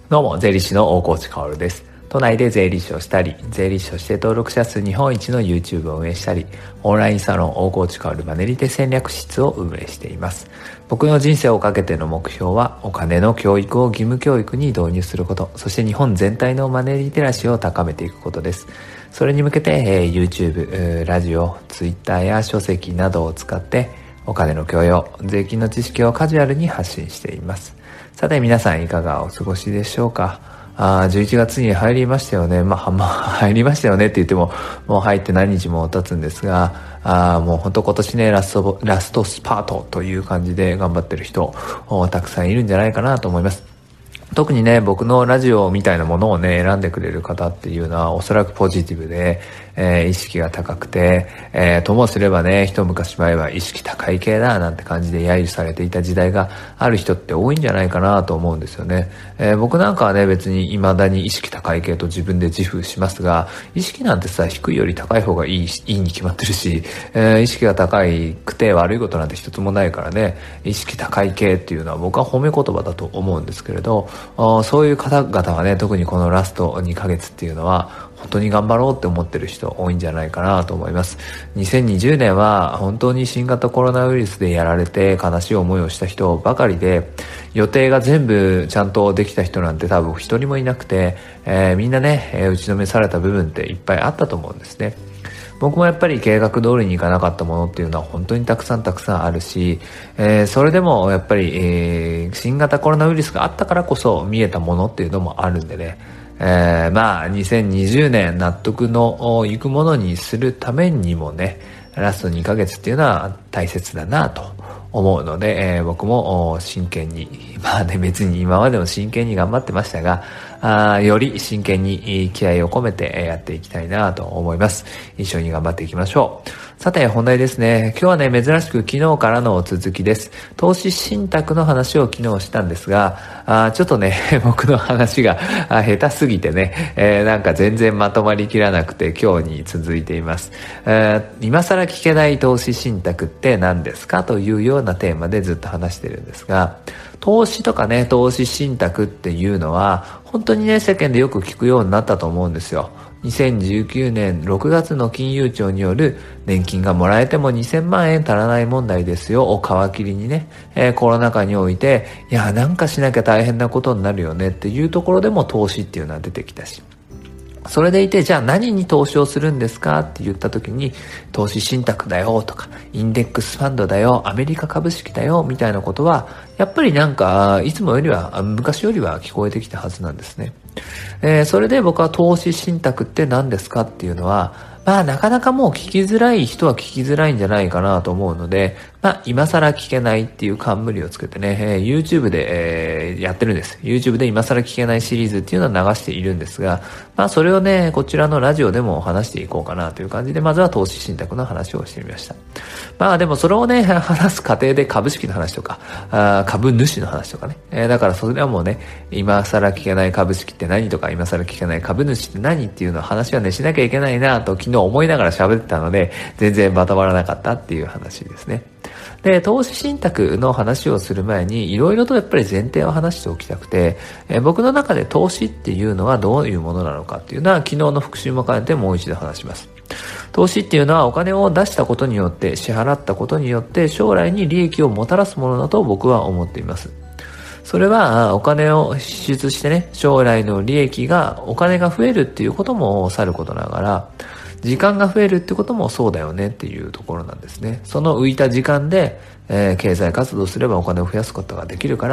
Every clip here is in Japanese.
どうも、税理士の大河内薫です。都内で税理士をしたり、税理士として登録者数日本一の YouTube を運営したり、オンラインサロン大河内薫マネリテ戦略室を運営しています。僕の人生をかけての目標は、お金の教育を義務教育に導入すること、そして日本全体のマネーリテラシーを高めていくことです。それに向けて、YouTube、ラジオ、Twitter や書籍などを使って、お金の教養、税金の知識をカジュアルに発信しています。さて皆さんいかがお過ごしでしょうか。11月に入りましたよね。入りましたよねって言っても、もう入って何日も経つんですが、もう本当今年ね、ラストスパートという感じで頑張ってる人、たくさんいるんじゃないかなと思います。特にね、僕のラジオみたいなものをね、選んでくれる方っていうのはおそらくポジティブで、意識が高くて、ともすればね、一昔前は意識高い系だなんて感じで揶揄されていた時代がある人って多いんじゃないかなと思うんですよね。僕なんかはね、別に未だに意識高い系と自分で自負しますが、意識なんてさ、低いより高い方がいいに決まってるし、意識が高くて悪いことなんて一つもないからね、意識高い系っていうのは僕は褒め言葉だと思うんですけれど、そういう方々はね、特にこのラスト2ヶ月っていうのは本当に頑張ろうって思ってる人多いんじゃないかなと思います。2020年は本当に新型コロナウイルスでやられて悲しい思いをした人ばかりで、予定が全部ちゃんとできた人なんて多分一人もいなくて、みんなね、打ちのめされた部分っていっぱいあったと思うんですね。僕もやっぱり計画通りにいかなかったものっていうのは本当にたくさんあるし、それでもやっぱり、新型コロナウイルスがあったからこそ見えたものっていうのもあるんでね、2020年納得のいくものにするためにもね、ラスト2ヶ月っていうのは大切だなと思うので、僕も真剣に、別に今までも真剣に頑張ってましたが、より真剣に気合を込めてやっていきたいなと思います。一緒に頑張っていきましょう。さて本題ですね。今日はね、珍しく昨日からの続きです。投資信託の話を昨日したんですが、ちょっとね、僕の話が下手すぎてね、なんか全然まとまりきらなくて今日に続いています。今更聞けない投資信託って何ですかというようなテーマでずっと話してるんですが、投資とかね、投資信託っていうのは本当にね、世間でよく聞くようになったと思うんですよ。2019年6月の金融庁による年金がもらえても2000万円足らない問題ですよを皮切りにね、コロナ禍において、いや、なんかしなきゃ大変なことになるよねっていうところでも投資っていうのは出てきたし、それでいて、じゃあ何に投資をするんですかって言った時に、投資信託だよとか、インデックスファンドだよ、アメリカ株式だよ、みたいなことは、やっぱりなんか、いつもよりは、昔よりは聞こえてきたはずなんですね。それで僕は投資信託って何ですかっていうのは、なかなかもう聞きづらい人は聞きづらいんじゃないかなと思うので、今更聞けないっていう冠をつけてね、YouTube で、やってるんです。YouTube で今更聞けないシリーズっていうのを流しているんですが、それをね、こちらのラジオでも話していこうかなという感じで、まずは投資信託の話をしてみました。でもそれをね、話す過程で株式の話とか、株主の話とかね、だからそれはもうね、今更聞けない株式って何とか、今更聞けない株主って何っていうのを話はね、しなきゃいけないなと昨日思いながら喋ってたので、全然まとまらなかったっていう話ですね。で、投資信託の話をする前に、いろいろとやっぱり前提を話しておきたくて、僕の中で投資っていうのはどういうものなのかっていうのは、昨日の復習も兼ねてもう一度話します。投資っていうのはお金を出したことによって、支払ったことによって将来に利益をもたらすものだと僕は思っています。それはお金を支出してね、将来の利益が、お金が増えるっていうこともさることながら、時間が増えるってこともそうだよねっていうところなんですね。その浮いた時間で、経済活動すればお金を増やすことができるから、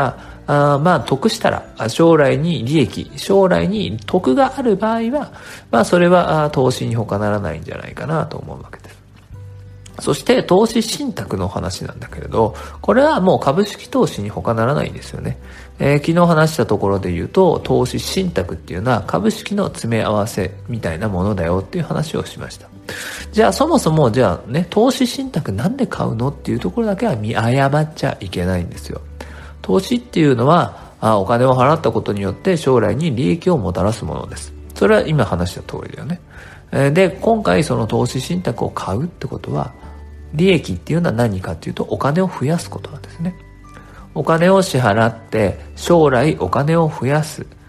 得したら、将来に利益、将来に得がある場合は、それは投資に他ならないんじゃないかなと思うわけです。そして投資信託の話なんだけれど、これはもう株式投資に他ならないんですよね。昨日話したところで言うと、投資信託っていうのは株式の詰め合わせみたいなものだよっていう話をしました。じゃあそもそも投資信託なんで買うのっていうところだけは見誤っちゃいけないんですよ。投資っていうのは、お金を払ったことによって将来に利益をもたらすものです。それは今話した通りだよね。で、今回その投資信託を買うってことは、利益っていうのは何かっていうと、お金を増やすことなんですね。お金を支払って将来お金を増やす。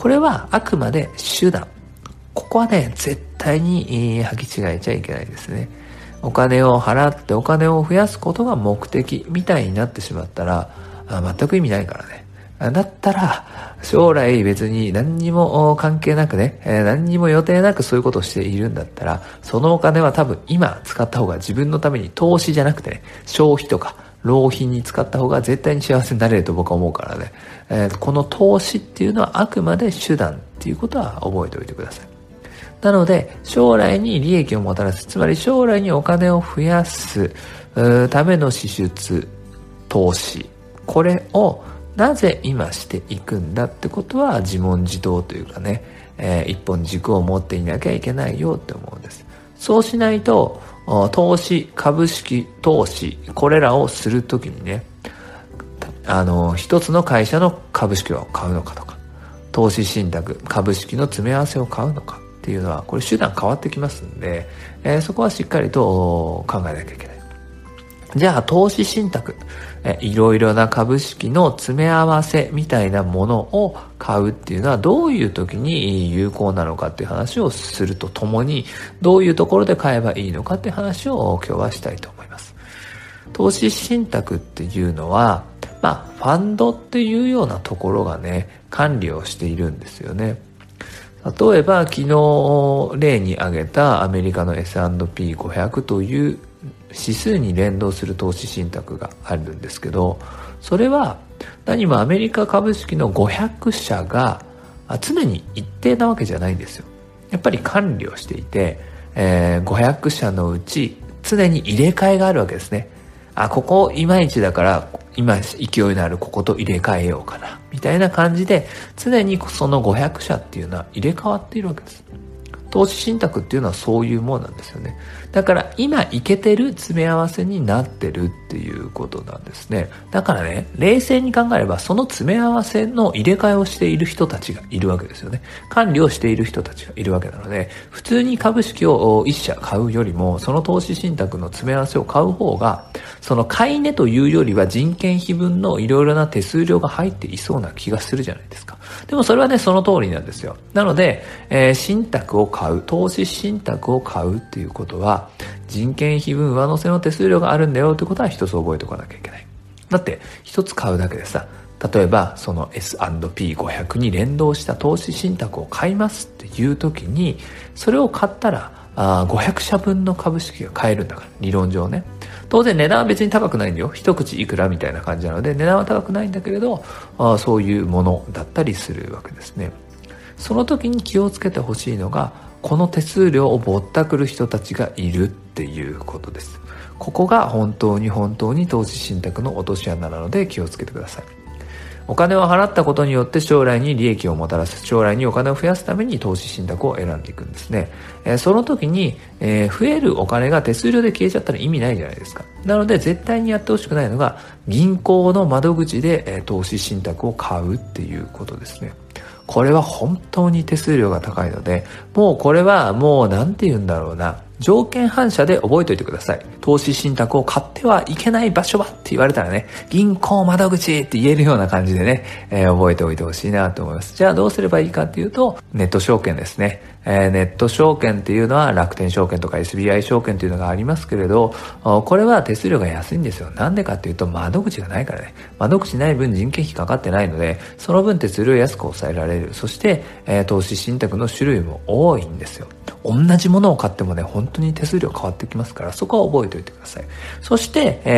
これはあくまで手段。ここはね、絶対に履き違えちゃいけないですね。お金を払ってお金を増やすことが目的みたいになってしまったら、全く意味ないからね。だったら、将来別に何にも関係なくね、何にも予定なくそういうことをしているんだったら、そのお金は多分今使った方が自分のために投資じゃなくてね、消費とか浪費に使った方が絶対に幸せになれると僕は思うからね。この投資っていうのはあくまで手段っていうことは覚えておいてください。なので、将来に利益をもたらす、つまり将来にお金を増やすための支出、投資、これをなぜ今していくんだってことは自問自答というかね、一本軸を持っていなきゃいけないよって思うんです。そうしないと、投資、株式投資、これらをするときにね、一つの会社の株式を買うのかとか、投資信託、株式の詰め合わせを買うのかっていうのは、これ手段変わってきますんで、そこはしっかりと考えなきゃいけない。じゃあ投資信託、いろいろな株式の詰め合わせみたいなものを買うっていうのはどういう時に有効なのかっていう話をするとともに、どういうところで買えばいいのかっていう話を今日はしたいと思います。投資信託っていうのは、ファンドっていうようなところがね、管理をしているんですよね。例えば昨日例に挙げたアメリカの S&P500 という指数に連動する投資信託があるんですけど、それは何もアメリカ株式の500社が常に一定なわけじゃないんですよ。やっぱり管理をしていて、500社のうち常に入れ替えがあるわけですね。ここいまいちだから今勢いのあるここと入れ替えようかなみたいな感じで、常にその500社っていうのは入れ替わっているわけです。投資信託っていうのはそういうものなんですよね。だから今いけてる詰め合わせになってるっていうことなんですね。だからね、冷静に考えればその詰め合わせの入れ替えをしている人たちがいるわけですよね。管理をしている人たちがいるわけなので、普通に株式を1社買うよりも、その投資信託の詰め合わせを買う方が、その買い値というよりは人件費分のいろいろな手数料が入っていそうな気がするじゃないですか。でもそれはね、その通りなんですよ。なので、信託を買う、投資信託を買うっていうことは、人件費分上乗せの手数料があるんだよということは一つ覚えておかなきゃいけない。だって、一つ買うだけでさ、例えばその S&P500 に連動した投資信託を買いますっていう時に、それを買ったら500社分の株式が買えるんだから、理論上ね。当然値段は別に高くないんだよ。一口いくらみたいな感じなので、値段は高くないんだけれど、そういうものだったりするわけですね。その時に気をつけてほしいのが、この手数料をぼったくる人たちがいるっていうことです。ここが本当に投資信託の落とし穴なので気をつけてください。お金を払ったことによって将来に利益をもたらす、将来にお金を増やすために投資信託を選んでいくんですね。その時に、増えるお金が手数料で消えちゃったら意味ないじゃないですか。なので絶対にやってほしくないのが、銀行の窓口で、投資信託を買うっていうことですね。これは本当に手数料が高いので、もうこれはなんて言うんだろうな、条件反射で覚えておいてください。投資信託を買ってはいけない場所はって言われたらね、銀行窓口って言えるような感じでね、覚えておいてほしいなと思います。じゃあどうすればいいかっていうと、ネット証券ですね。ネット証券っていうのは楽天証券とか SBI 証券っていうのがありますけれど、これは手数料が安いんですよ。なんでかっていうと窓口がないからね。窓口ない分人件費かかってないので、その分手数料安く抑えられる。そして、投資信託の種類も多いんですよ。同じものを買ってもね、本当に手数料変わってきますから、そこは覚えておいてください。そして、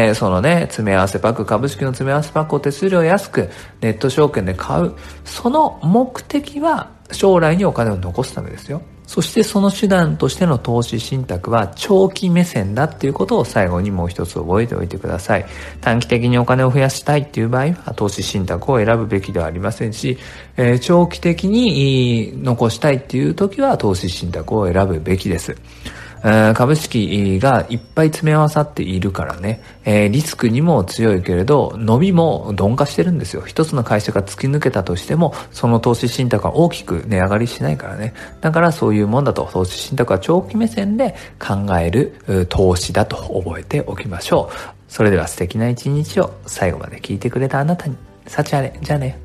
そのね、詰め合わせパック、株式の詰め合わせパックを手数料安くネット証券で買う。その目的は将来にお金を残すためですよ。そしてその手段としての投資信託は長期目線だっていうことを最後にもう一つ覚えておいてください。短期的にお金を増やしたいっていう場合は投資信託を選ぶべきではありませんし、長期的に残したいっていう時は投資信託を選ぶべきです。株式がいっぱい詰め合わさっているからね、リスクにも強いけれど伸びも鈍化してるんですよ。一つの会社が突き抜けたとしてもその投資信託は大きく値上がりしないからね。だからそういうもんだと、投資信託は長期目線で考える投資だと覚えておきましょう。それでは素敵な一日を。最後まで聞いてくれたあなたに幸あれ。じゃあね。